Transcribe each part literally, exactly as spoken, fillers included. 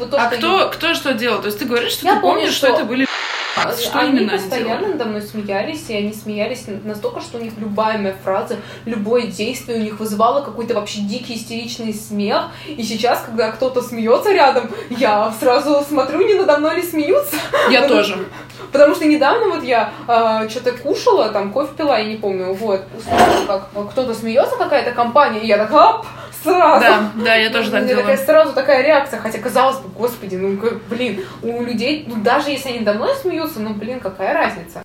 Вот то, а что кто, я... кто что делал? То есть ты говоришь, что я ты помню, помнишь, что... что это были... Что они именно постоянно они надо мной смеялись, и они смеялись настолько, что у них любая моя фраза, любое действие у них вызывало какой-то вообще дикий истеричный смех. И сейчас, когда кто-то смеется рядом, я сразу смотрю, не надо мной ли смеются. Я тоже. Потому что недавно вот я э, что-то кушала, там кофе пила, я не помню, вот, услышала, как кто-то смеется, какая-то компания, и я так, ап, сразу. Да, да, я тоже так делаю. Такая, сразу такая реакция, хотя казалось бы, господи, ну, блин, у людей, ну, даже если они надо мной смеются, ну, блин, какая разница.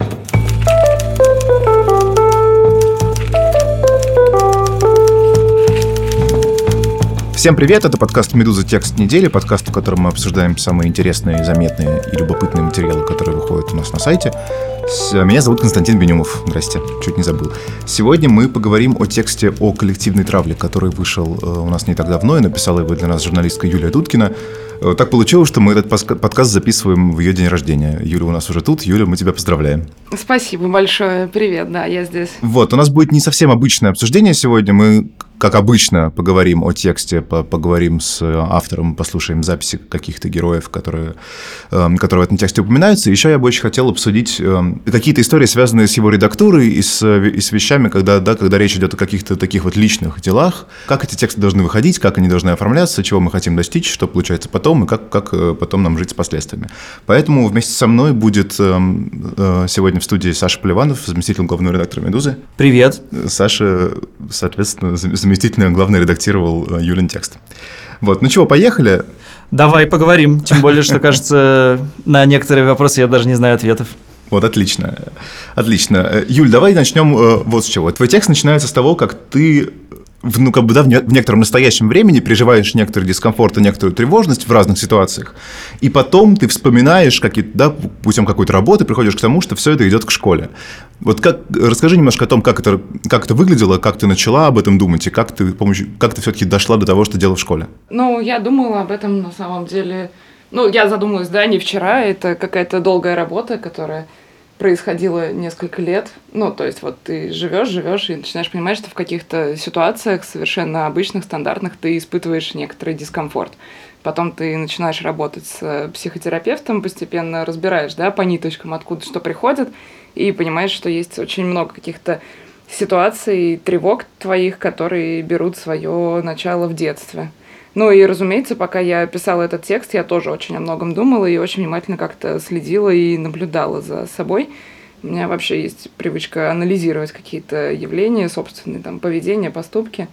Всем привет, это подкаст «Медуза. Текст недели», подкаст, в котором мы обсуждаем самые интересные, заметные и любопытные материалы, которые выходят у нас на сайте. Меня зовут Константин Бенюмов. Здрасте, чуть не забыл. Сегодня мы поговорим о тексте о коллективной травле, который вышел у нас не так давно, и написала его для нас журналистка Юлия Дудкина. Так получилось, что мы этот подкаст записываем в ее день рождения. Юля у нас уже тут. Юля, мы тебя поздравляем. Спасибо большое. Привет, да, я здесь. Вот, у нас будет не совсем обычное обсуждение сегодня. Мы, как обычно, поговорим о тексте, поговорим с автором, послушаем записи каких-то героев, которые, которые в этом тексте упоминаются. Еще я бы очень хотел обсудить какие-то истории, связанные с его редактурой и с, и с вещами, когда, да, когда речь идет о каких-то таких вот личных делах. Как эти тексты должны выходить, как они должны оформляться, чего мы хотим достичь, что получается потом, и как, как потом нам жить с последствиями. Поэтому вместе со мной будет э, э, сегодня в студии Саша Поливанов, заместитель главного редактора «Медузы». Привет. Саша, соответственно, заместительно главный редактировал Юлин текст. Вот, ну чего, поехали? Давай поговорим, тем более, что, кажется, на некоторые вопросы я даже не знаю ответов. Вот, отлично, отлично. Юль, давай начнем э, вот с чего. Твой текст начинается с того, как ты... В, ну, как бы, да, в некотором настоящем времени переживаешь некоторый дискомфорт и некоторую тревожность в разных ситуациях, и потом ты вспоминаешь, как, да, путем какой-то работы приходишь к тому, что все это идет к школе. Вот как, расскажи немножко о том, как это, как это выглядело, как ты начала об этом думать, и как ты, помощью, как ты все-таки дошла до того, что делала в школе. Ну, я думала об этом на самом деле... Ну, я задумалась, да, не вчера, это какая-то долгая работа, которая... происходило несколько лет. Ну, то есть вот ты живешь, живешь и начинаешь понимать, что в каких-то ситуациях совершенно обычных, стандартных ты испытываешь некоторый дискомфорт. Потом ты начинаешь работать с психотерапевтом, постепенно разбираешь, да, по ниточкам, откуда что приходит, и понимаешь, что есть очень много каких-то ситуаций, тревог твоих, которые берут свое начало в детстве. Ну и, разумеется, пока я писала этот текст, я тоже очень о многом думала и очень внимательно как-то следила и наблюдала за собой. У меня вообще есть привычка анализировать какие-то явления, собственные там поведения, поступки.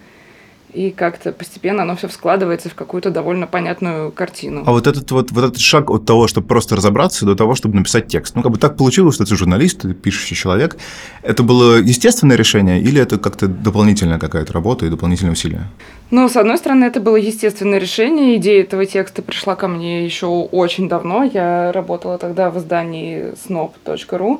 И как-то постепенно оно все складывается в какую-то довольно понятную картину. А вот этот вот, вот этот шаг от того, чтобы просто разобраться, до того, чтобы написать текст. Ну, как бы так получилось, что ты журналист, ты пишущий человек. Это было естественное решение или это как-то дополнительная какая-то работа и дополнительные усилия? Ну, с одной стороны, это было естественное решение. Идея этого текста пришла ко мне еще очень давно. Я работала тогда в издании сноп точка ру.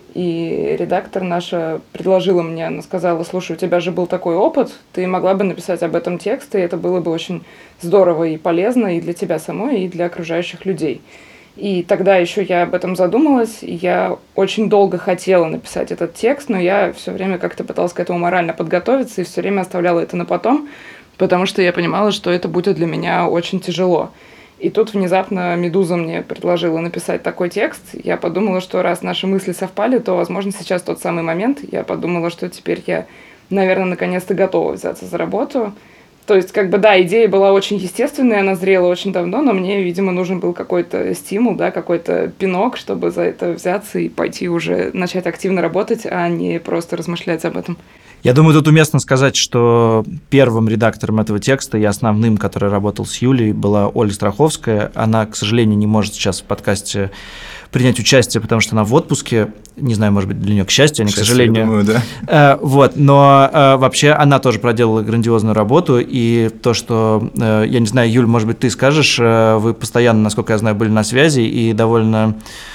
И редактор наша предложила мне, она сказала: слушай, у тебя же был такой опыт, ты могла бы написать об этом текст, и это было бы очень здорово и полезно и для тебя самой, и для окружающих людей. И тогда еще я об этом задумалась, и я очень долго хотела написать этот текст, но я все время как-то пыталась к этому морально подготовиться и все время оставляла это на потом, потому что я понимала, что это будет для меня очень тяжело. И тут внезапно «Медуза» мне предложила написать такой текст. Я подумала, что раз наши мысли совпали, то, возможно, сейчас тот самый момент. Я подумала, что теперь я, наверное, наконец-то готова взяться за работу. То есть, как бы, да, идея была очень естественная, она зрела очень давно, но мне, видимо, нужен был какой-то стимул, да, какой-то пинок, чтобы за это взяться и пойти уже начать активно работать, а не просто размышлять об этом. Я думаю, тут уместно сказать, что первым редактором этого текста и основным, который работал с Юлей, была Оля Страховская. Она, к сожалению, не может сейчас в подкасте принять участие, потому что она в отпуске. Не знаю, может быть, для нее к счастью, а не к сожалению. Я думаю, да. Э, вот, но э, вообще она тоже проделала грандиозную работу, и то, что, э, я не знаю, Юль, может быть, ты скажешь, э, вы постоянно, насколько я знаю, были на связи и довольно...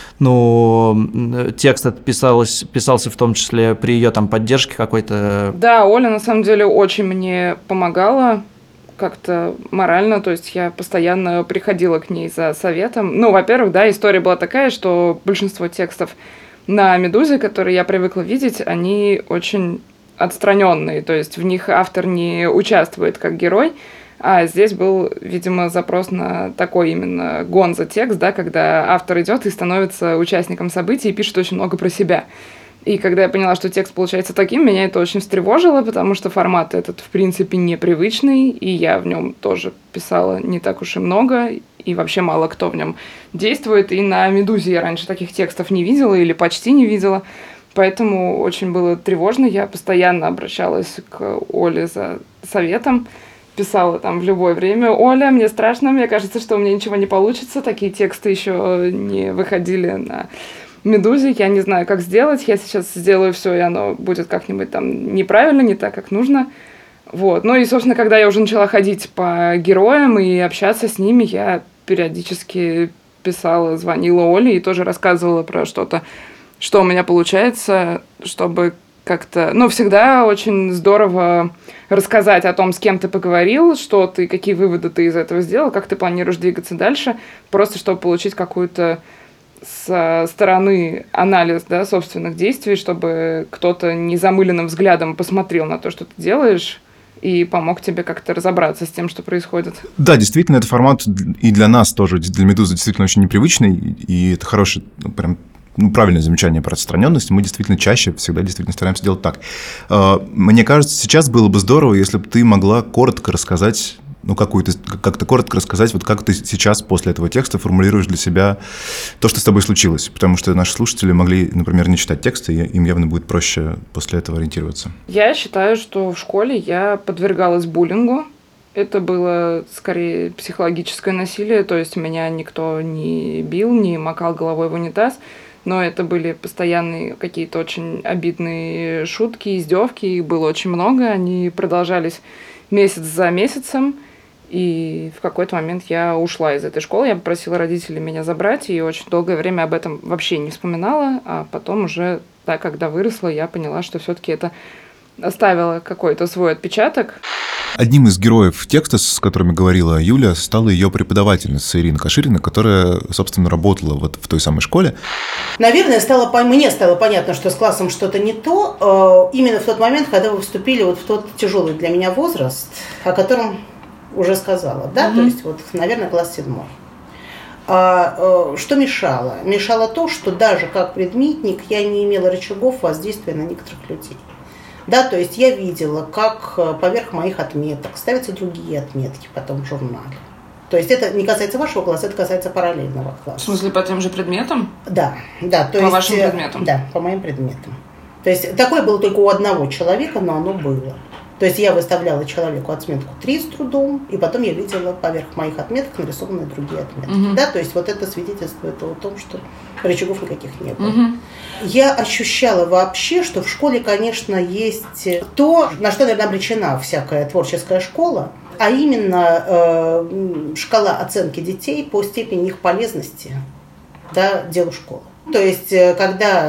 Ну, текст этот писалось, писался в том числе при ее там поддержке какой-то. Да, Оля на самом деле очень мне помогала как-то морально, то есть я постоянно приходила к ней за советом. Ну, во-первых, да, история была такая, что большинство текстов на «Медузе», которые я привыкла видеть, они очень отстраненные, то есть в них автор не участвует как герой, А здесь был, видимо, запрос на такой именно гонзо-текст, да, когда автор идет и становится участником событий и пишет очень много про себя. И когда я поняла, что текст получается таким, меня это очень встревожило, потому что формат этот, в принципе, непривычный, и я в нем тоже писала не так уж и много, и вообще мало кто в нем действует. И на «Медузе» я раньше таких текстов не видела или почти не видела, поэтому очень было тревожно. Я постоянно обращалась к Оле за советом, писала там в любое время: «Оля, мне страшно, мне кажется, что у меня ничего не получится». Такие тексты еще не выходили на «Медузе», я не знаю, как сделать, я сейчас сделаю все, и оно будет как-нибудь там неправильно, не так, как нужно. Вот. Ну и, собственно, когда я уже начала ходить по героям и общаться с ними, я периодически писала, звонила Оле и тоже рассказывала про что-то, что у меня получается, чтобы как-то... Ну, всегда очень здорово рассказать о том, с кем ты поговорил, что ты, какие выводы ты из этого сделал, как ты планируешь двигаться дальше, просто чтобы получить какую-то со стороны анализ, да, собственных действий, чтобы кто-то незамыленным взглядом посмотрел на то, что ты делаешь, и помог тебе как-то разобраться с тем, что происходит. Да, действительно, этот формат и для нас тоже, для «Медузы», действительно очень непривычный, и это хорошее, ну, прям, ну, правильное замечание про отстраненность. Мы действительно чаще всегда действительно стараемся делать так. Мне кажется, сейчас было бы здорово, если бы ты могла коротко рассказать, ну, какую-то, как-то коротко рассказать, вот как ты сейчас после этого текста формулируешь для себя то, что с тобой случилось. Потому что наши слушатели могли, например, не читать тексты, и им явно будет проще после этого ориентироваться. Я считаю, что в школе я подвергалась буллингу. Это было скорее психологическое насилие, то есть меня никто не бил, не макал головой в унитаз, но это были постоянные какие-то очень обидные шутки, издевки, их было очень много, они продолжались месяц за месяцем. И в какой-то момент я ушла из этой школы, я попросила родителей меня забрать, и очень долгое время об этом вообще не вспоминала, а потом уже, да, когда выросла, я поняла, что все-таки это оставило какой-то свой отпечаток. Одним из героев текста, с которыми говорила Юля, стала ее преподавательница Ирина Каширина, которая, собственно, работала вот в той самой школе. Наверное, стало, мне стало понятно, что с классом что-то не то, именно в тот момент, когда вы вступили вот в тот тяжелый для меня возраст, о котором уже сказала, да, mm-hmm. то есть вот, наверное, класс седьмой. А, что мешало? Мешало то, что даже как предметник я не имела рычагов воздействия на некоторых людей. Да, то есть я видела, как поверх моих отметок ставятся другие отметки потом в журнале. То есть это не касается вашего класса, это касается параллельного класса. В смысле, по тем же предметам? Да, да. То по есть, вашим предметам? Да, по моим предметам. То есть такое было только у одного человека, но оно было. То есть я выставляла человеку отметку три с трудом, и потом я видела поверх моих отметок нарисованные другие отметки. Uh-huh. Да, то есть вот это свидетельствует о том, что рычагов никаких не было. Uh-huh. Я ощущала вообще, что в школе, конечно, есть то, на что, наверное, обречена всякая творческая школа, а именно э, шкала оценки детей по степени их полезности, да, делу школы. То есть, когда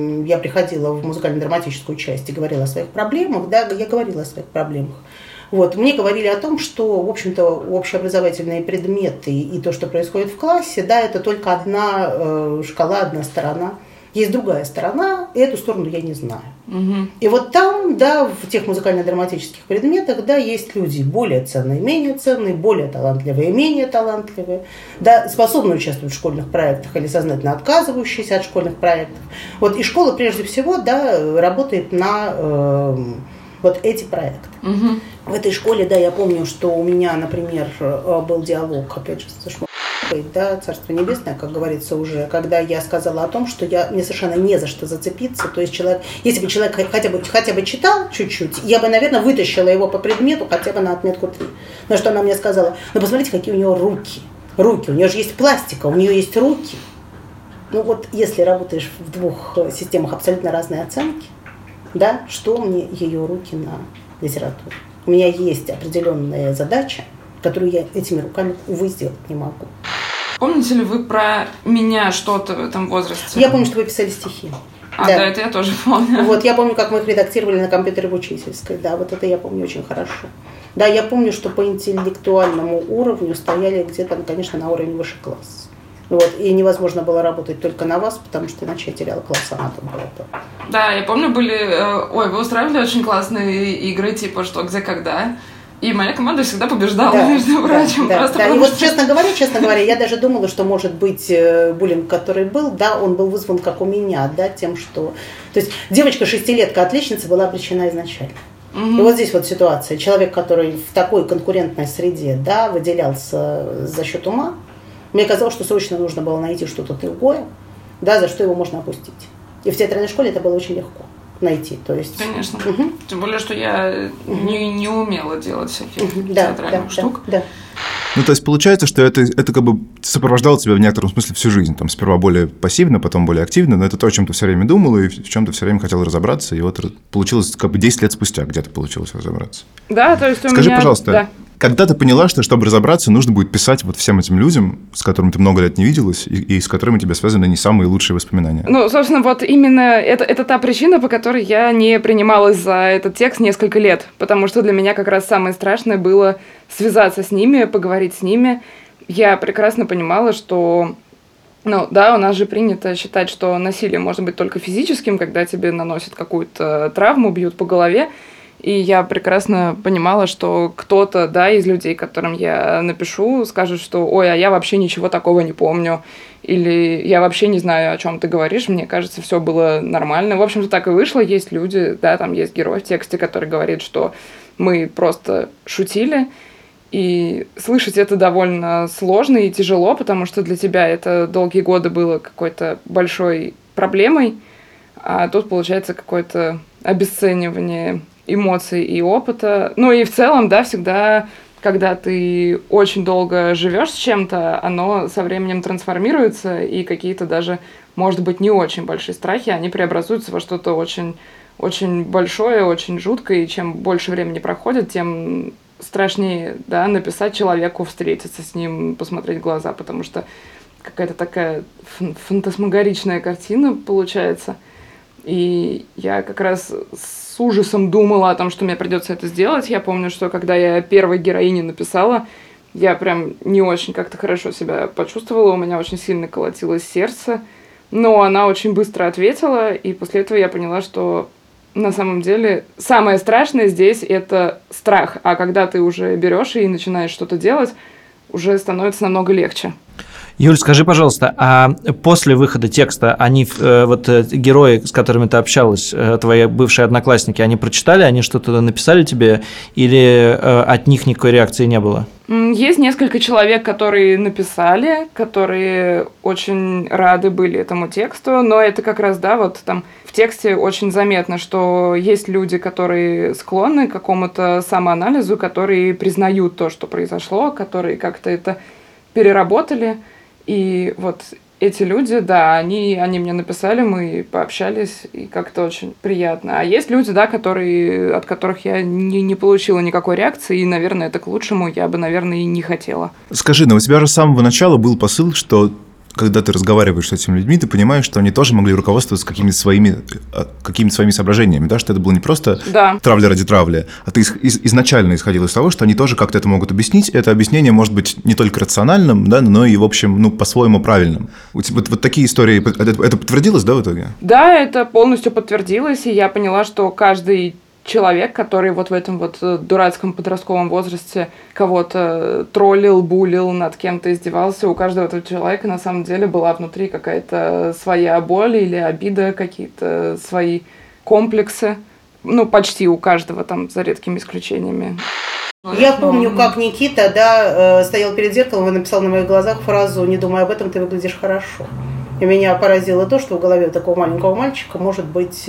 я приходила в музыкально-драматическую часть и говорила о своих проблемах, да, я говорила о своих проблемах. Вот. Мне говорили о том, что, в общем-то, общеобразовательные предметы и то, что происходит в классе, да, это только одна э, шкала, одна сторона. Есть другая сторона, и эту сторону я не знаю. Угу. И вот там, да, в тех музыкально-драматических предметах, да, есть люди более ценные, менее ценные, более талантливые, менее талантливые, да, способны участвовать в школьных проектах или сознательно отказывающиеся от школьных проектов. Вот, и школа, прежде всего, да, работает на э, вот эти проекты. Угу. В этой школе, да, я помню, что у меня, например, был диалог, опять же, со Шмакой, да, Царство Небесное, как говорится уже, когда я сказала о том, что я, мне совершенно не за что зацепиться, то есть человек, если бы человек хотя бы, хотя бы читал чуть-чуть, я бы, наверное, вытащила его по предмету хотя бы на отметку три. На что она мне сказала: ну, посмотрите, какие у него руки, руки, у нее же есть пластика, у нее есть руки. Ну вот, если работаешь в двух системах абсолютно разные оценки, да, что мне ее руки на литературу? У меня есть определенная задача, которую я этими руками, увы, сделать не могу. Помните ли вы про меня что-то в этом возрасте? Я помню, что вы писали стихи. А, да, да, это я тоже помню. Вот, я помню, как мы их редактировали на компьютере в учительской. Да, вот это я помню очень хорошо. Да, я помню, что по интеллектуальному уровню стояли где-то, конечно, на уровне выше класса. Вот, и невозможно было работать только на вас, потому что иначе я теряла класс, а надо было бы. Да, я помню, были... Ой, вы устраивали очень классные игры, типа «Что, где, когда». И моя команда всегда побеждала, Да, между прочим. да, просто да. И потому вот, что- честно говоря, честно говоря, я даже думала, что, может быть, э, буллинг, который был, да, он был вызван, как у меня, да, тем, что... То есть девочка-шестилетка, отличница, была обречена изначально. Мгм. И вот здесь вот ситуация. Человек, который в такой конкурентной среде, да, выделялся за счет ума, мне казалось, что срочно нужно было найти что-то другое, да, за что его можно опустить. И в театральной школе это было очень легко найти. То есть... Конечно. Мгм. Тем более, что я не, не умела делать всяких Мгм. Да, театральных да, штук. да, да. Ну, то есть получается, что это, это как бы сопровождало тебя в некотором смысле всю жизнь. Там сперва более пассивно, потом более активно, но это то, о чем ты все время думал и в чем ты все время хотел разобраться. И вот получилось как бы десять лет спустя где-то получилось разобраться. Да, то есть у Скажи, меня... пожалуйста, Да. когда ты поняла, что чтобы разобраться, нужно будет писать вот всем этим людям, с которыми ты много лет не виделась, и, и с которыми у тебя связаны не самые лучшие воспоминания? Ну, собственно, вот именно это, это та причина, по которой я не принималась за этот текст несколько лет, потому что для меня как раз самое страшное было связаться с ними, поговорить с ними. Я прекрасно понимала, что, ну, да, у нас же принято считать, что насилие может быть только физическим, когда тебе наносят какую-то травму, бьют по голове. И я прекрасно понимала, что кто-то, да, из людей, которым я напишу, скажет, что «Ой, а я вообще ничего такого не помню», или «Я вообще не знаю, о чем ты говоришь, мне кажется, все было нормально». В общем-то, так и вышло. Есть люди, да, там есть герой в тексте, который говорит, что мы просто шутили. И слышать это довольно сложно и тяжело, потому что для тебя это долгие годы было какой-то большой проблемой, а тут получается какое-то обесценивание эмоций и опыта. Ну и в целом, да, всегда, когда ты очень долго живешь с чем-то, оно со временем трансформируется, и какие-то даже, может быть, не очень большие страхи, они преобразуются во что-то очень, очень большое, очень жуткое, и чем больше времени проходит, тем страшнее, да, написать человеку, встретиться с ним, посмотреть в глаза, потому что какая-то такая фантасмагоричная картина получается. И я как раз с ужасом думала о том, что мне придется это сделать. Я помню, что когда я первой героине написала, я прям не очень как-то хорошо себя почувствовала, у меня очень сильно колотилось сердце, но она очень быстро ответила, и после этого я поняла, что на самом деле самое страшное здесь – это страх, а когда ты уже берешь и начинаешь что-то делать, уже становится намного легче. Юль, скажи, пожалуйста, а после выхода текста они, вот герои, с которыми ты общалась, твои бывшие одноклассники, они прочитали, они что-то написали тебе, или от них никакой реакции не было? Есть несколько человек, которые написали, которые очень рады были этому тексту, но это как раз, да, вот там в тексте очень заметно, что есть люди, которые склонны к какому-то самоанализу, которые признают то, что произошло, которые как-то это переработали. И вот эти люди, да, они, они мне написали, мы пообщались, и как-то очень приятно. А есть люди, да, которые, от которых я не, не получила никакой реакции, и, наверное, это к лучшему, я бы, наверное, и не хотела. Скажи, но у тебя же с самого начала был посыл, что когда ты разговариваешь с этими людьми, ты понимаешь, что они тоже могли руководствоваться какими-то своими, какими-то своими соображениями, да, что это было не просто да. травля ради травли, а ты из, из, изначально исходил из того, что они тоже как-то это могут объяснить. Это объяснение может быть не только рациональным, да, но и, в общем, ну, по-своему правильным. У тебя вот, вот такие истории, это, это подтвердилось, да, в итоге? Да, это полностью подтвердилось, и я поняла, что каждый человек, который вот в этом вот дурацком подростковом возрасте кого-то троллил, булил, над кем-то издевался, у каждого этого человека на самом деле была внутри какая-то своя боль или обида, какие-то свои комплексы. Ну, почти у каждого, там, за редкими исключениями. Я помню, как Никита, да, стоял перед зеркалом и написал на моих глазах фразу «Не думай об этом, ты выглядишь хорошо». И меня поразило то, что в голове у такого маленького мальчика может быть,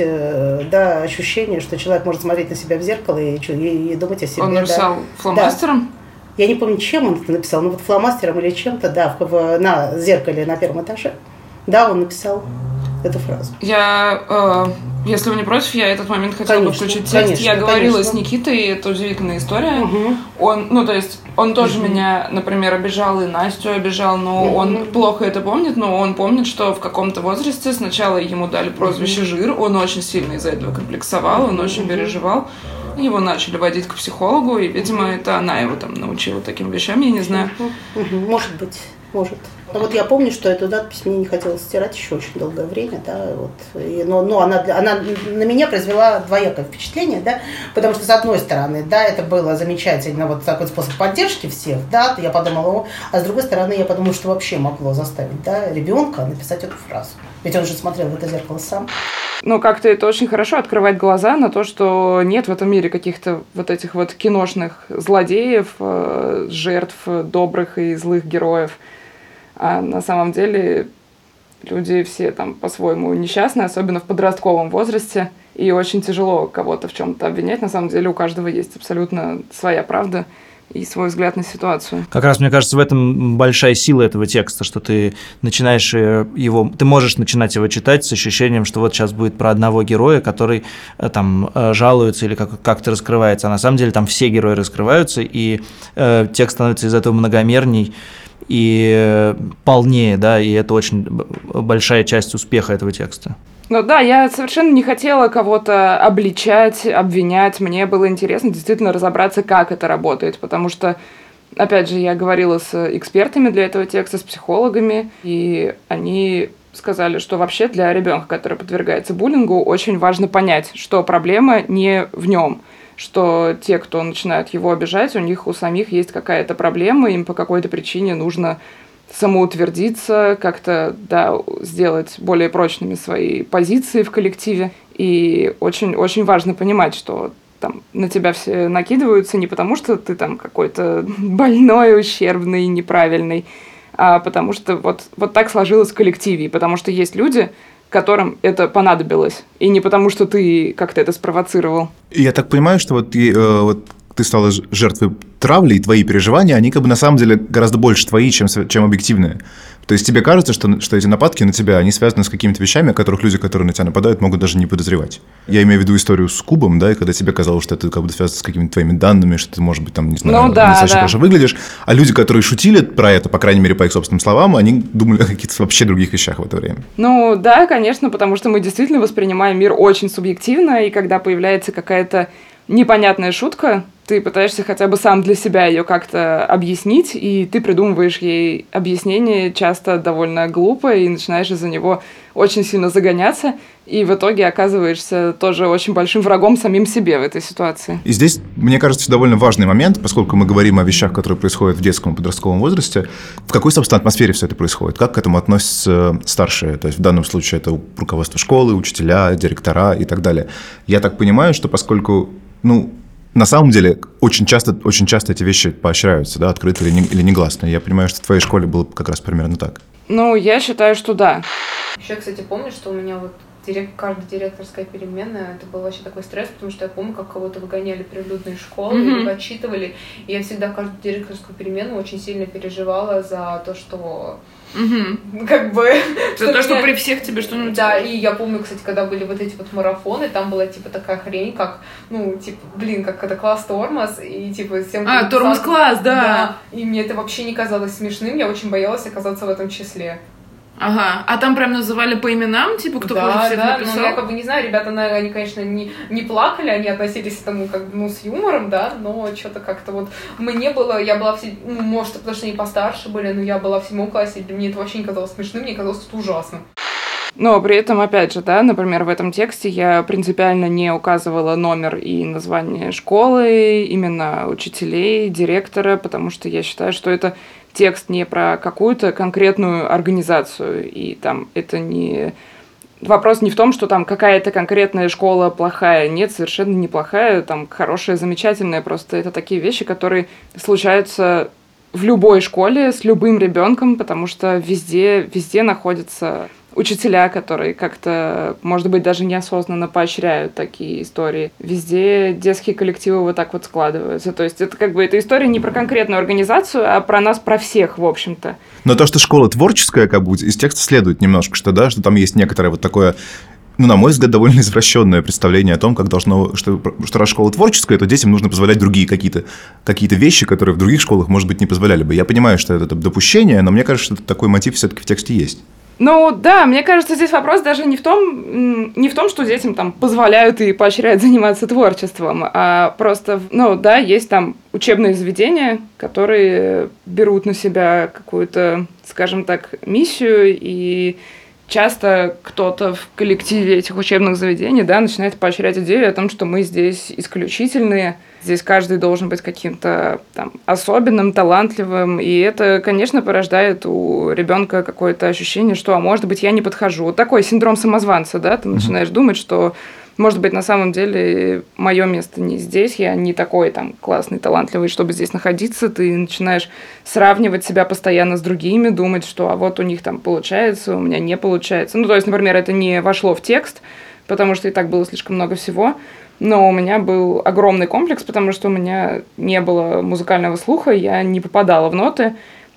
да, ощущение, что человек может смотреть на себя в зеркало и, и, и думать о себе. Он написал да. фломастером? Да. Я не помню, чем он это написал, ну вот фломастером или чем-то, да, в, в, на зеркале на первом этаже. Да, он написал эту фразу. Я, э, если вы не против, я этот момент хотела конечно, бы включить текст. Конечно, я говорила конечно. с Никитой, это удивительная история. Угу. Он, ну, то есть, он тоже угу. меня, например, обижал, и Настю обижал, но угу. он плохо это помнит, но он помнит, что в каком-то возрасте сначала ему дали прозвище угу. «Жир», он очень сильно из-за этого комплексовал, он очень угу. переживал. Его начали водить к психологу, и, видимо, это она его там научила таким вещам, я не знаю. Угу. Может быть. Может. Но вот я помню, что эту надпись мне не хотелось стирать еще очень долгое время, да, вот. И, но но она, она на меня произвела двоякое впечатление, да, потому что, с одной стороны, да, это было замечательно, вот такой способ поддержки всех, да, я подумала, о, а с другой стороны, я подумала, что вообще могло заставить, да, ребенка написать эту фразу. Ведь он же смотрел в это зеркало сам. Ну, как-то это очень хорошо открывать глаза на то, что нет в этом мире каких-то вот этих вот киношных злодеев, жертв добрых и злых героев. А на самом деле люди все там по-своему несчастны, особенно в подростковом возрасте, и очень тяжело кого-то в чем-то обвинять. На самом деле у каждого есть абсолютно своя правда и свой взгляд на ситуацию. Как раз, мне кажется, в этом большая сила этого текста, что ты начинаешь его, ты можешь начинать его читать с ощущением, что вот сейчас будет про одного героя, который там жалуется или как- как-то раскрывается, а на самом деле там все герои раскрываются, и э, текст становится из этого многомерней и полнее, да, и это очень большая часть успеха этого текста. Ну да, я совершенно не хотела кого-то обличать, обвинять. Мне было интересно действительно разобраться, как это работает, потому что, опять же, я говорила с экспертами для этого текста, с психологами, и они сказали, что вообще для ребенка, который подвергается буллингу, очень важно понять, что проблема не в нем, что те, кто начинают его обижать, у них у самих есть какая-то проблема, им по какой-то причине нужно самоутвердиться, как-то, да, сделать более прочными свои позиции в коллективе. И очень, очень важно понимать, что там на тебя все накидываются не потому, что ты там какой-то больной, ущербный, неправильный, а потому что вот, вот так сложилось в коллективе, и потому что есть люди, которым это понадобилось, и не потому, что ты как-то это спровоцировал. И я так понимаю, что вот, и, э, вот ты стала жертвой травли, и твои переживания, они как бы на самом деле гораздо больше твои, чем, чем объективные. То есть тебе кажется, что, что эти нападки на тебя, они связаны с какими-то вещами, о которых люди, которые на тебя нападают, могут даже не подозревать. Я имею в виду историю с Кубом, да, и когда тебе казалось, что это как бы связано с какими-то твоими данными, что ты, может быть, там, не знаю, ну, да, не совсем да. хорошо выглядишь, а люди, которые шутили про это, по крайней мере, по их собственным словам, они думали о каких-то вообще других вещах в это время. Ну да, конечно, потому что мы действительно воспринимаем мир очень субъективно, и когда появляется какая-то непонятная шутка, ты пытаешься хотя бы сам для себя ее как-то объяснить, и ты придумываешь ей объяснение часто довольно глупо, и начинаешь из-за него очень сильно загоняться, и в итоге оказываешься тоже очень большим врагом самим себе в этой ситуации. И здесь, мне кажется, довольно важный момент, поскольку мы говорим о вещах, которые происходят в детском и подростковом возрасте, в какой, собственно, атмосфере все это происходит, как к этому относятся старшие, то есть в данном случае это руководство школы, учителя, директора и так далее. Я так понимаю, что поскольку, ну, на самом деле, очень часто, очень часто эти вещи поощряются, да, открыто или, не, или негласно. Я понимаю, что в твоей школе было как раз примерно так. Ну, я считаю, что да. Еще, кстати, помню, что у меня вот директ, каждая директорская переменная, это был вообще такой стресс, потому что я помню, как кого-то выгоняли прилюдные школы, mm-hmm. или отчитывали, и я всегда каждую директорскую переменную очень сильно переживала за то, что... Угу. Как бы... За то, меня... что при всех тебе что-нибудь... Да, и я помню, кстати, когда были вот эти вот марафоны, там была, типа, такая хрень, как, ну, типа, блин, как это класс тормоз, и, типа, всем... А, тормоз-класс, да. Да, и мне это вообще не казалось смешным, я очень боялась оказаться в этом числе. Ага, а там прям называли по именам, типа, кто да, хуже всех да, написал? Ну, я как бы не знаю, ребята, они, конечно, не, не плакали, они относились к этому, как бы, ну, с юмором, да, но что-то как-то вот мне было, я была в седьмом, ну, может, потому что они постарше были, но я была в седьмом классе, и для меня это вообще не казалось смешным, мне казалось это ужасно. Но при этом, опять же, да, например, в этом тексте я принципиально не указывала номер и название школы, именно учителей, директора, потому что я считаю, что это текст не про какую-то конкретную организацию, и там это не... Вопрос не в том, что там какая-то конкретная школа плохая. Нет, совершенно не плохая, там хорошая, замечательная. Просто это такие вещи, которые случаются в любой школе с любым ребенком, потому что везде, везде находятся учителя, которые как-то, может быть, даже неосознанно поощряют такие истории. Везде детские коллективы вот так вот складываются. То есть это как бы эта история не про конкретную организацию, а про нас, про всех, в общем-то. Но то, что школа творческая, как бы из текста следует немножко, что, да, что там есть некоторое вот такое... Ну, на мой взгляд, довольно извращенное представление о том, как должно, что, что раз школа творческая, то детям нужно позволять другие какие-то, какие-то вещи, которые в других школах, может быть, не позволяли бы. Я понимаю, что это допущение, но мне кажется, что такой мотив все-таки в тексте есть. Ну да, мне кажется, здесь вопрос даже не в том, не в том, что детям там позволяют и поощряют заниматься творчеством, а просто, ну да, есть там учебные заведения, которые берут на себя какую-то, скажем так, миссию, и часто кто-то в коллективе этих учебных заведений, да, начинает поощрять идею о том, что мы здесь исключительные, здесь каждый должен быть каким-то там особенным, талантливым, и это, конечно, порождает у ребенка какое-то ощущение, что, а может быть, я не подхожу. Вот такой синдром самозванца, да, ты начинаешь mm-hmm. думать, что, может быть, на самом деле мое место не здесь, я не такой там классный, талантливый, чтобы здесь находиться, ты начинаешь сравнивать себя постоянно с другими, думать, что а вот у них там получается, у меня не получается. Ну, то есть, например, это не вошло в текст, потому что и так было слишком много всего, но у меня был огромный комплекс, потому что у меня не было музыкального слуха, я не попадала в ноты,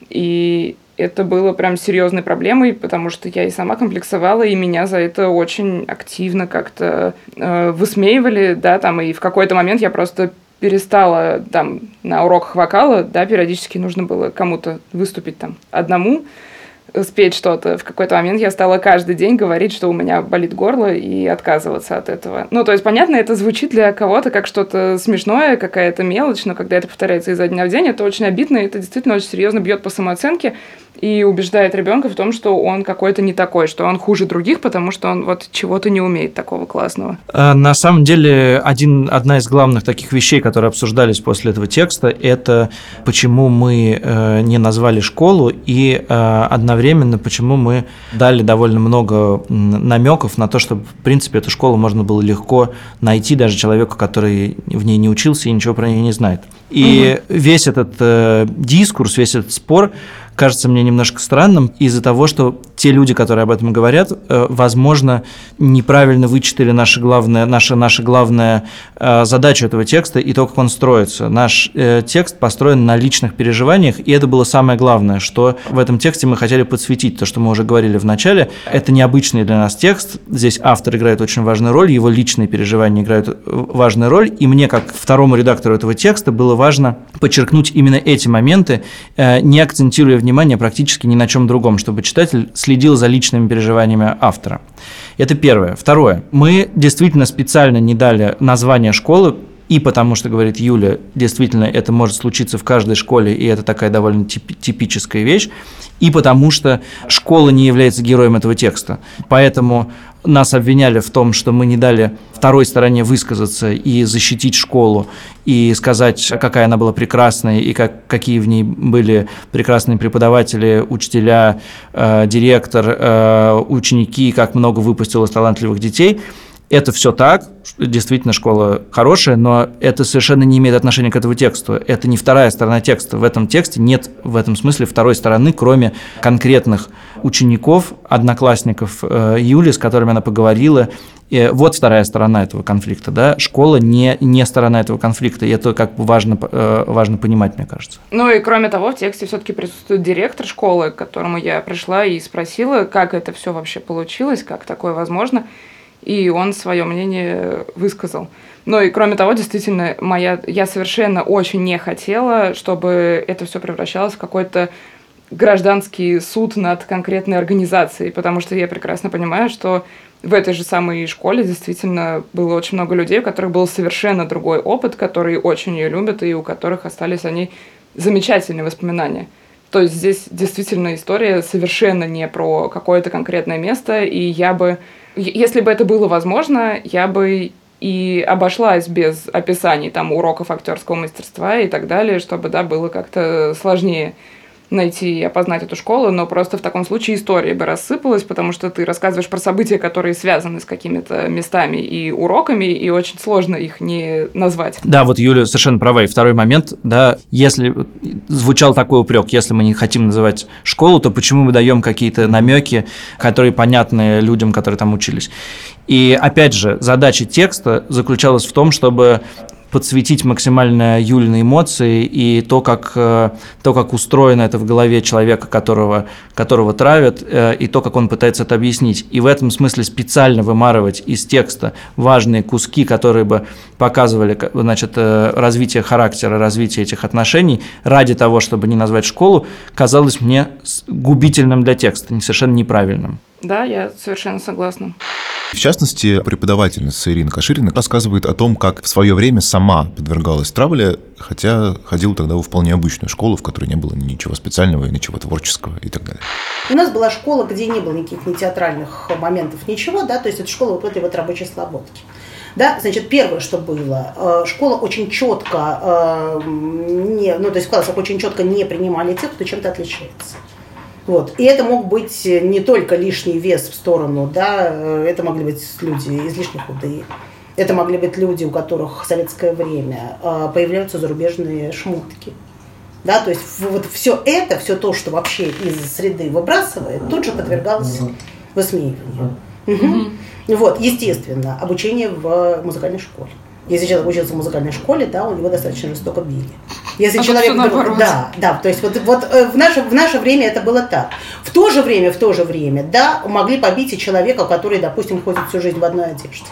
и это было прям серьезной проблемой, потому что я и сама комплексовала, и меня за это очень активно как-то э, высмеивали, да, там, и в какой-то момент я просто перестала там на уроках вокала, да, периодически нужно было кому-то выступить там одному, спеть что-то. В какой-то момент я стала каждый день говорить, что у меня болит горло, и отказываться от этого. Ну, то есть, понятно, это звучит для кого-то как что-то смешное, какая-то мелочь, но когда это повторяется изо дня в день, это очень обидно, и это действительно очень серьезно бьет по самооценке и убеждает ребенка в том, что он какой-то не такой, что он хуже других, потому что он вот чего-то не умеет такого классного. На самом деле, один, одна из главных таких вещей, которые обсуждались после этого текста, это почему мы э, не назвали школу, и э, одновременно почему мы дали довольно много намеков на то, чтобы, в принципе, эту школу можно было легко найти даже человеку, который в ней не учился и ничего про нее не знает. И угу. весь этот э, дискурс, весь этот спор кажется мне немножко странным из-за того, что те люди, которые об этом говорят, э, возможно, неправильно вычитали наша главная, наша, наша главная э, задача этого текста и то, как он строится. Наш э, текст построен на личных переживаниях, и это было самое главное, что в этом тексте мы хотели подсветить, то, что мы уже говорили в начале. Это необычный для нас текст, здесь автор играет очень важную роль, его личные переживания играют важную роль, и мне, как второму редактору этого текста, было важно подчеркнуть именно эти моменты, э, не акцентируя внимание практически ни на чем другом, чтобы читатель следил за личными переживаниями автора. Это первое. Второе. Мы действительно специально не дали название школы, и потому что, говорит Юля, действительно это может случиться в каждой школе, и это такая довольно тип- типическая вещь, и потому что школа не является героем этого текста. Поэтому нас обвиняли в том, что мы не дали второй стороне высказаться и защитить школу, и сказать, какая она была прекрасная, и как, какие в ней были прекрасные преподаватели, учителя, э, директор, э, ученики, как много выпустилось талантливых детей. Это все так, действительно школа хорошая, но это совершенно не имеет отношения к этому тексту. Это не вторая сторона текста. В этом тексте нет в этом смысле второй стороны, кроме конкретных учеников, одноклассников Юли, с которыми она поговорила. И вот вторая сторона этого конфликта. Да? Школа не, не сторона этого конфликта, и это как бы важно, важно понимать, мне кажется. Ну и кроме того, в тексте все-таки присутствует директор школы, к которому я пришла и спросила, как это все вообще получилось, как такое возможно. И он свое мнение высказал. Ну и кроме того, действительно, моя, я совершенно очень не хотела, чтобы это все превращалось в какой-то гражданский суд над конкретной организацией, потому что я прекрасно понимаю, что в этой же самой школе действительно было очень много людей, у которых был совершенно другой опыт, которые очень ее любят, и у которых остались о ней замечательные воспоминания. То есть здесь действительно история совершенно не про какое-то конкретное место, и я бы... Если бы это было возможно, я бы и обошлась без описаний там уроков актерского мастерства и так далее, чтобы, да, было как-то сложнее найти и опознать эту школу, но просто в таком случае история бы рассыпалась, потому что ты рассказываешь про события, которые связаны с какими-то местами и уроками, и очень сложно их не назвать. Да, вот Юля совершенно права. И второй момент, да, если звучал такой упрек, если мы не хотим называть школу, то почему мы даем какие-то намеки, которые понятны людям, которые там учились? И опять же, задача текста заключалась в том, чтобы подсветить максимально Юлины эмоции и то, как, то, как устроено это в голове человека, которого, которого травят, и то, как он пытается это объяснить. И в этом смысле специально вымарывать из текста важные куски, которые бы показывали, значит, развитие характера, развитие этих отношений ради того, чтобы не назвать школу, казалось мне губительным для текста, совершенно неправильным. Да, я совершенно согласна. В частности, преподавательница Ирина Каширина рассказывает о том, как в свое время сама подвергалась травле, хотя ходила тогда в вполне обычную школу, в которой не было ничего специального, ничего творческого и так далее. У нас была школа, где не было никаких ни театральных моментов, ничего, да, то есть это школа вот этой вот рабочей слободки. Да, значит, первое, что было, школа очень четко, не, ну, то есть в классах очень четко не принимали тех, кто чем-то отличается. Вот. И это мог быть не только лишний вес в сторону, да, это могли быть люди излишне худые, это могли быть люди, у которых в советское время появляются зарубежные шмотки. Да, то есть вот все это, все то, что вообще из среды выбрасывает, тут же подвергалось высмеиванию. Угу. Вот, естественно, обучение в музыкальной школе. Если человек учился в музыкальной школе, да, у него достаточно жестоко били. Если а человек вдруг, да, да, то есть вот, вот в, наше, в наше время это было так. В то же время, в то же время, да, могли побить и человека, который, допустим, ходит всю жизнь в одной одежде.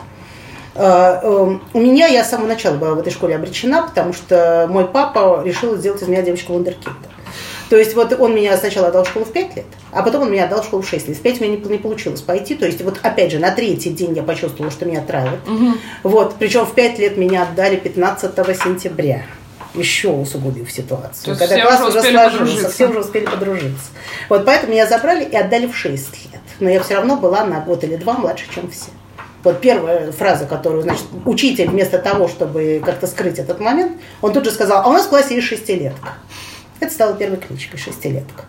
У меня, я с самого начала была в этой школе обречена, потому что мой папа решил сделать из меня девочку вундеркинда. То есть вот он меня сначала отдал в школу в пять лет, а потом он меня отдал в школу в шесть лет. В пять у меня не, не получилось пойти. То есть вот опять же на третий день я почувствовала, что меня травят. Угу. Вот, причем в пять лет меня отдали пятнадцатого сентября. Еще усугубив ситуацию. То когда класс уже сложился, все уже успели подружиться. Вот поэтому меня забрали и отдали в шесть лет. Но я все равно была на год или два младше, чем все. Вот первая фраза, которую, значит, учитель вместо того, чтобы как-то скрыть этот момент, он тут же сказал: а у нас в классе есть шестилетка. Это стало первой кличкой, шестилетка.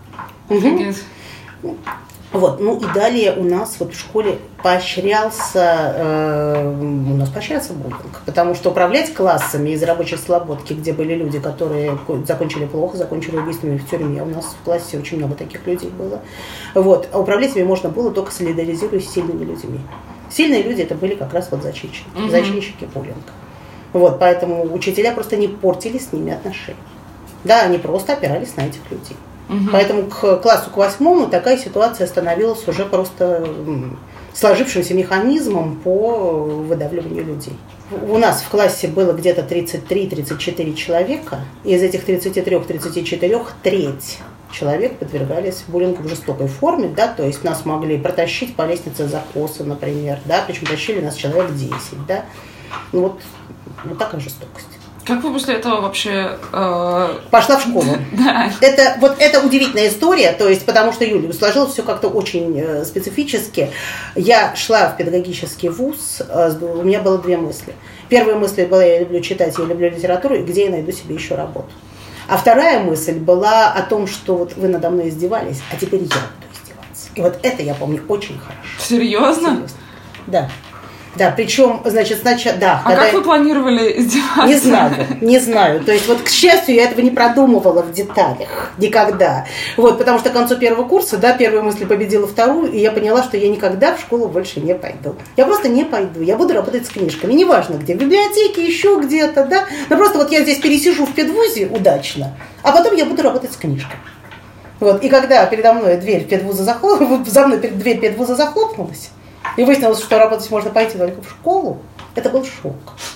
Угу. Вот, ну и далее у нас вот в школе поощрялся, э, у нас поощрялся буллинг, потому что управлять классами из рабочей слободки, где были люди, которые закончили плохо, закончили убийствами в тюрьме, у нас в классе очень много таких людей было, вот, а управлять ими можно было только солидаризируясь с сильными людьми. Сильные люди это были как раз вот зачинщики, угу. зачинщики буллинга. Вот, поэтому учителя просто не портили с ними отношения. Да, они просто опирались на этих людей. Угу. Поэтому к классу к восьмому такая ситуация становилась уже просто сложившимся механизмом по выдавливанию людей. У нас в классе было где-то тридцать три - тридцать четыре человека, и из этих тридцати трёх - тридцати четырёх треть человек подвергались буллингу в жестокой форме, да, то есть нас могли протащить по лестнице за косы, например, да, причем тащили нас человек десять, да, ну вот, вот такая жестокость. Как вы после этого вообще... Э... Пошла в школу. Да. Это, вот, это удивительная история, то есть, потому что, Юля, сложилось все как-то очень э, специфически. Я шла в педагогический вуз, э, у меня было две мысли. Первая мысль была: я люблю читать, я люблю литературу, и где я найду себе еще работу. А вторая мысль была о том, что вот вы надо мной издевались, а теперь я буду издеваться. И вот это я помню очень хорошо. Серьезно? Серьезно. Да. Да, причем, значит, сначала, да. А как вы планировали издеваться? Не знаю, не знаю. То есть, вот, к счастью, я этого не продумывала в деталях никогда. Вот, потому что к концу первого курса, да, первая мысль победила вторую, и я поняла, что я никогда в школу больше не пойду. Я просто не пойду. Я буду работать с книжками. Неважно где, в библиотеке, еще где-то, да. Но просто вот я здесь пересижу в педвузе удачно, а потом я буду работать с книжками. Вот, и когда передо мной дверь педвуза захлопнулась, за мной дверь педвуза захлопнулась, и выяснилось, что работать можно пойти только в школу, это был шок.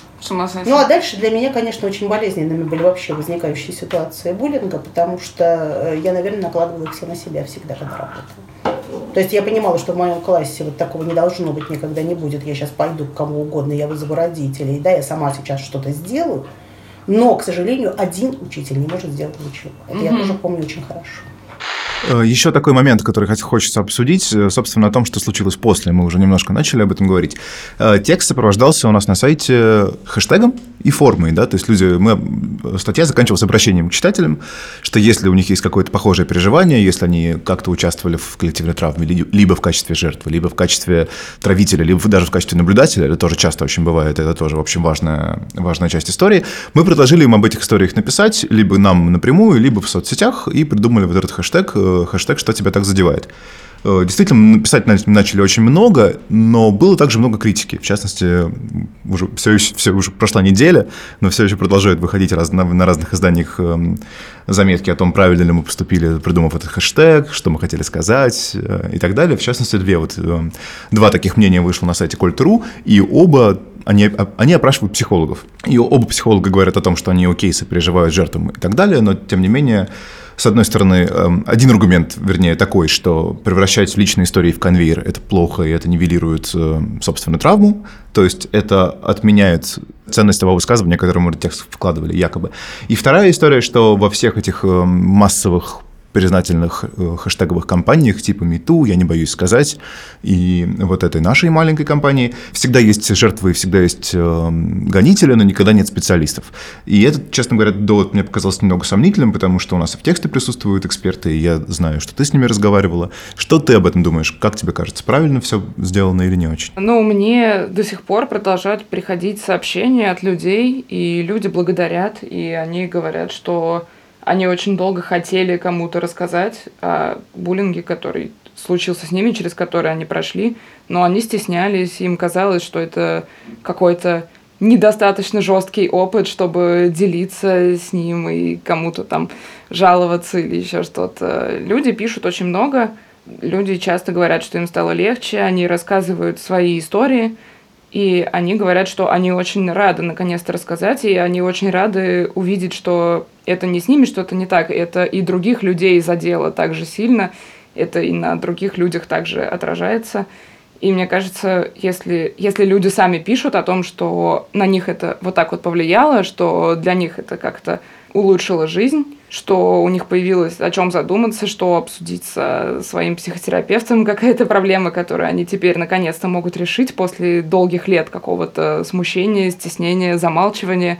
Ну а дальше для меня, конечно, очень болезненными были вообще возникающие ситуации буллинга, потому что я, наверное, накладывала их все на себя всегда, когда работала. То есть я понимала, что в моем классе вот такого не должно быть, никогда не будет. Я сейчас пойду к кому угодно, я вызову родителей, да, я сама сейчас что-то сделаю. Но, к сожалению, один учитель не может сделать ничего. Это mm-hmm. я тоже помню очень хорошо. Еще такой момент, который хочется обсудить, собственно, о том, что случилось после. Мы уже немножко начали об этом говорить. Текст сопровождался у нас на сайте хэштегом и формой, да, то есть люди, мы, статья заканчивалась обращением к читателям, что если у них есть какое-то похожее переживание, если они как-то участвовали в коллективной травме, либо в качестве жертвы, либо в качестве травителя, либо даже в качестве наблюдателя, это тоже часто очень бывает, это тоже, в общем, важная, важная часть истории, мы предложили им об этих историях написать, либо нам напрямую, либо в соцсетях, и придумали вот этот хэштег, хэштег «Что тебя так задевает?». Действительно, писать начали очень много, но было также много критики. В частности, уже все еще, все, уже прошла неделя, но все еще продолжают выходить раз, на, на разных изданиях заметки о том, правильно ли мы поступили, придумав этот хэштег, что мы хотели сказать и так далее. В частности, две вот, два таких мнения вышло на сайте Кольт.ру, и оба Они, они опрашивают психологов. И оба психолога говорят о том, что они окей, сопереживают жертвам и так далее, но, тем не менее, с одной стороны, один аргумент, вернее, такой, что превращать личные истории в конвейер – это плохо, и это нивелирует, собственно, травму, то есть это отменяет ценность того высказывания, которое мы в текст вкладывали, якобы. И вторая история, что во всех этих массовых признательных хэштеговых кампаниях типа MeToo, я не боюсь сказать, и вот этой нашей маленькой компании всегда есть жертвы, всегда есть э, гонители, но никогда нет специалистов. И это, честно говоря, довод мне показался немного сомнительным, потому что у нас и в тексте присутствуют эксперты, и я знаю, что ты с ними разговаривала. Что ты об этом думаешь? Как тебе кажется, правильно все сделано или не очень? Ну, мне до сих пор продолжают приходить сообщения от людей, и люди благодарят, и они говорят, что они очень долго хотели кому-то рассказать о буллинге, который случился с ними, через который они прошли, но они стеснялись, им казалось, что это какой-то недостаточно жесткий опыт, чтобы делиться с ним и кому-то там жаловаться или еще что-то. Люди пишут очень много, люди часто говорят, что им стало легче, они рассказывают свои истории, и они говорят, что они очень рады наконец-то рассказать, и они очень рады увидеть, что это не с ними что-то не так, это и других людей задело так же сильно, это и на других людях также отражается. И мне кажется, если, если люди сами пишут о том, что на них это вот так вот повлияло, что для них это как-то улучшило жизнь, что у них появилось о чем задуматься, что обсудить со своим психотерапевтом, какая-то проблема, которую они теперь наконец-то могут решить после долгих лет какого-то смущения, стеснения, замалчивания.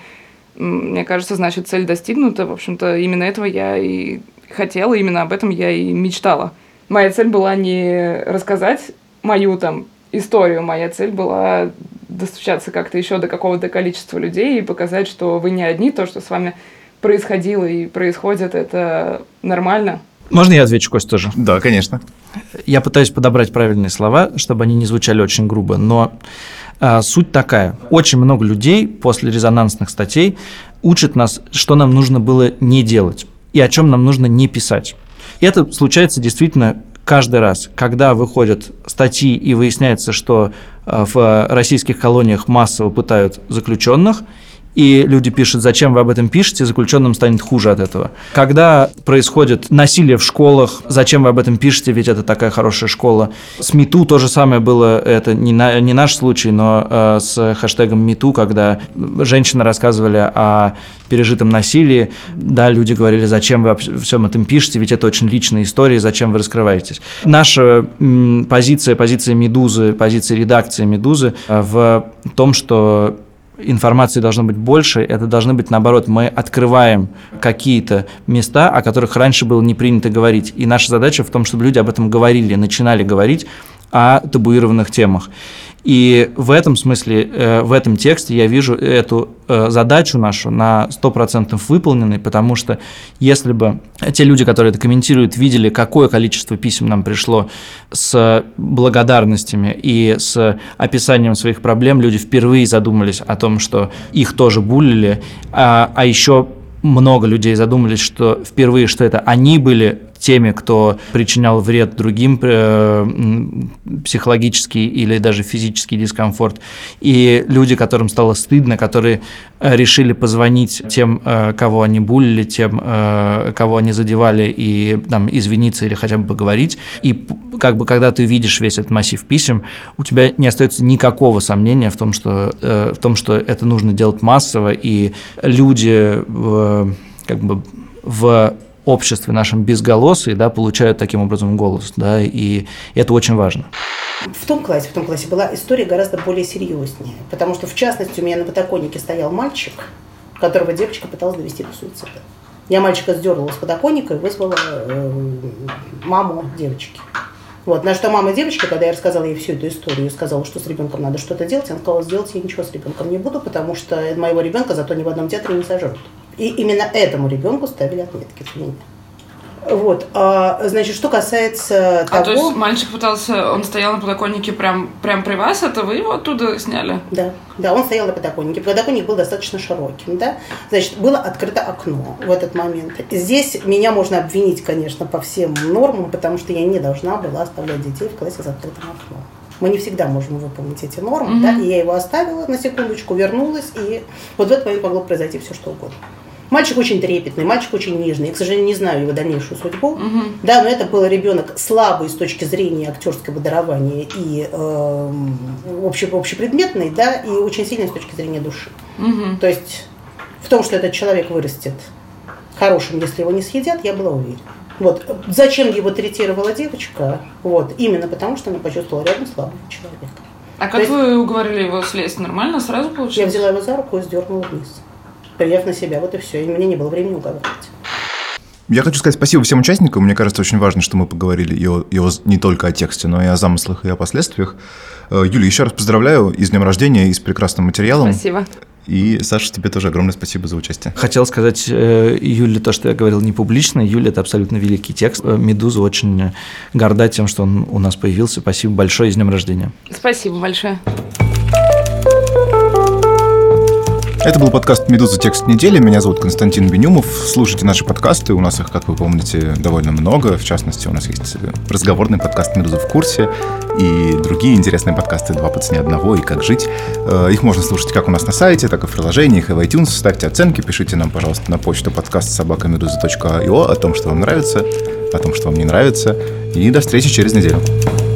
Мне кажется, значит, цель достигнута. В общем-то, именно этого я и хотела, именно об этом я и мечтала. Моя цель была не рассказать мою там историю, моя цель была достучаться как-то еще до какого-то количества людей и показать, что вы не одни, то, что с вами происходило и происходит, это нормально. Можно я отвечу, Кость, тоже? Да, конечно. Я пытаюсь подобрать правильные слова, чтобы они не звучали очень грубо, но а, суть такая. Очень много людей после резонансных статей учат нас, что нам нужно было не делать и о чем нам нужно не писать. И это случается действительно каждый раз, когда выходят статьи и выясняется, что в российских колониях массово пытают заключенных, и люди пишут, зачем вы об этом пишете, заключенным станет хуже от этого. Когда происходит насилие в школах, зачем вы об этом пишете, ведь это такая хорошая школа. С MeToo то же самое было, это не, на, не наш случай, но э, с хэштегом MeToo, когда женщины рассказывали о пережитом насилии, да, люди говорили, зачем вы обо всем этом пишете, ведь это очень личная история, зачем вы раскрываетесь. Наша м, позиция, позиция «Медузы», позиция редакции «Медузы» в том, что информации должно быть больше, это должны быть, наоборот, мы открываем какие-то места, о которых раньше было не принято говорить. И наша задача в том, чтобы люди об этом говорили, начинали говорить о табуированных темах. И в этом смысле, в этом тексте я вижу эту задачу нашу на сто процентов выполненной, потому что если бы те люди, которые это комментируют, видели, какое количество писем нам пришло с благодарностями и с описанием своих проблем, люди впервые задумались о том, что их тоже буллили, а, а еще много людей задумались, что впервые, что это они были теми, кто причинял вред другим, психологический или даже физический дискомфорт. И люди, которым стало стыдно, которые решили позвонить тем, кого они буллили, тем, кого они задевали, и там, извиниться или хотя бы поговорить. И как бы, когда ты видишь весь этот массив писем, у тебя не остается никакого сомнения в том, что, в том, что это нужно делать массово, и люди как бы в обществе нашем безголосые, да, получают таким образом голос, да, и это очень важно. В том классе, в том классе была история гораздо более серьезнее, потому что, в частности, у меня на подоконнике стоял мальчик, которого девочка пыталась довести до суицида. Я мальчика сдернула с подоконника и вызвала э, маму девочки. Вот, на что мама девочки, когда я рассказала ей всю эту историю и сказала, что с ребенком надо что-то делать, она сказала, сделать я ничего с ребенком не буду, потому что моего ребенка зато ни в одном театре не сожрут. И именно этому ребенку ставили отметки в меня. Вот, а, значит, что касается а того... то есть мальчик пытался, он стоял на подоконнике прям, прям при вас, это вы его оттуда сняли? Да, да, он стоял на подоконнике. Подоконник был достаточно широким, да. Значит, было открыто окно в этот момент. Здесь меня можно обвинить, конечно, по всем нормам, потому что я не должна была оставлять детей в классе с открытым окном. Мы не всегда можем выполнить эти нормы, mm-hmm. да, и я его оставила на секундочку, вернулась, и вот в этот момент могло произойти все, что угодно. Мальчик очень трепетный, мальчик очень нежный. Я, к сожалению, не знаю его дальнейшую судьбу. Угу. Да, но это был ребенок слабый с точки зрения актерского дарования и э, обще, общепредметный, да, и очень сильный с точки зрения души. Угу. То есть в том, что этот человек вырастет хорошим, если его не съедят, я была уверена. Вот. Зачем его третировала девочка? Вот. Именно потому, что она почувствовала рядом слабого человека. А как То вы есть... уговорили его слезть? Нормально? Сразу получилось? Я взяла его за руку и сдернула вниз. Приняв на себя, вот и все. И у меня не было времени уговаривать. Я хочу сказать спасибо всем участникам. Мне кажется, очень важно, что мы поговорили и, о, и о, не только о тексте, но и о замыслах, и о последствиях. Юля, еще раз поздравляю и с днем рождения, и с прекрасным материалом. Спасибо. И, Саша, тебе тоже огромное спасибо за участие. Хотел сказать Юле то, что я говорил не публично. Юля – это абсолютно великий текст. «Медуза» очень горда тем, что он у нас появился. Спасибо большое, и с днем рождения. Спасибо большое. Это был подкаст «Медуза. Текст недели». Меня зовут Константин Бенюмов. Слушайте наши подкасты. У нас их, как вы помните, довольно много. В частности, у нас есть разговорный подкаст «Медуза в курсе» и другие интересные подкасты «Два по цене одного» и «Как жить». Их можно слушать как у нас на сайте, так и в приложениях, и в iTunes. Ставьте оценки, пишите нам, пожалуйста, на почту подкаст собака медуза точка ай о о том, что вам нравится, о том, что вам не нравится. И до встречи через неделю.